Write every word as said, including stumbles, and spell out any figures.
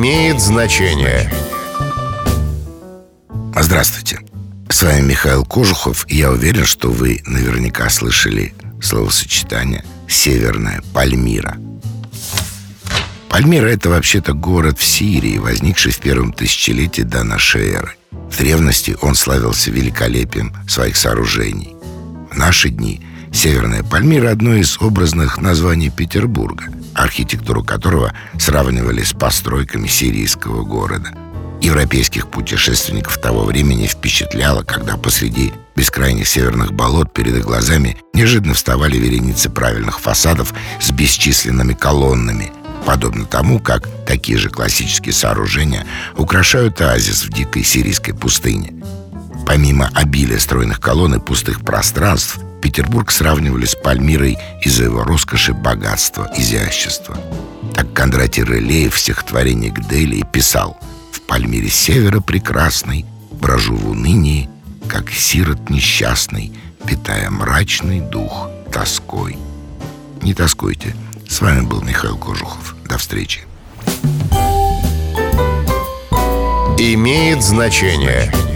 Имеет значение. Здравствуйте, с вами Михаил Кожухов, и я уверен, что вы наверняка слышали словосочетание «Северная Пальмира». Пальмира — это вообще-то город в Сирии, возникший в первом тысячелетии до нашей эры. В древности он славился великолепием своих сооружений. В наши дни Северная Пальмира — одно из образных названий Петербурга, архитектуру которого сравнивали с постройками сирийского города. Европейских путешественников того времени впечатляло, когда посреди бескрайних северных болот перед их глазами неожиданно вставали вереницы правильных фасадов с бесчисленными колоннами, подобно тому, как такие же классические сооружения украшают оазис в дикой сирийской пустыне. Помимо обилия стройных колонн и пустых пространств, Петербург сравнивали с Пальмирой из-за его роскоши, богатства, изящества. Так Кондратий Рылеев в стихотворении к Делии писал: «В Пальмире севера прекрасной брожу в унынии, как сирот несчастный, питая мрачный дух тоской». Не тоскуйте. С вами был Михаил Кожухов. До встречи. Имеет значение.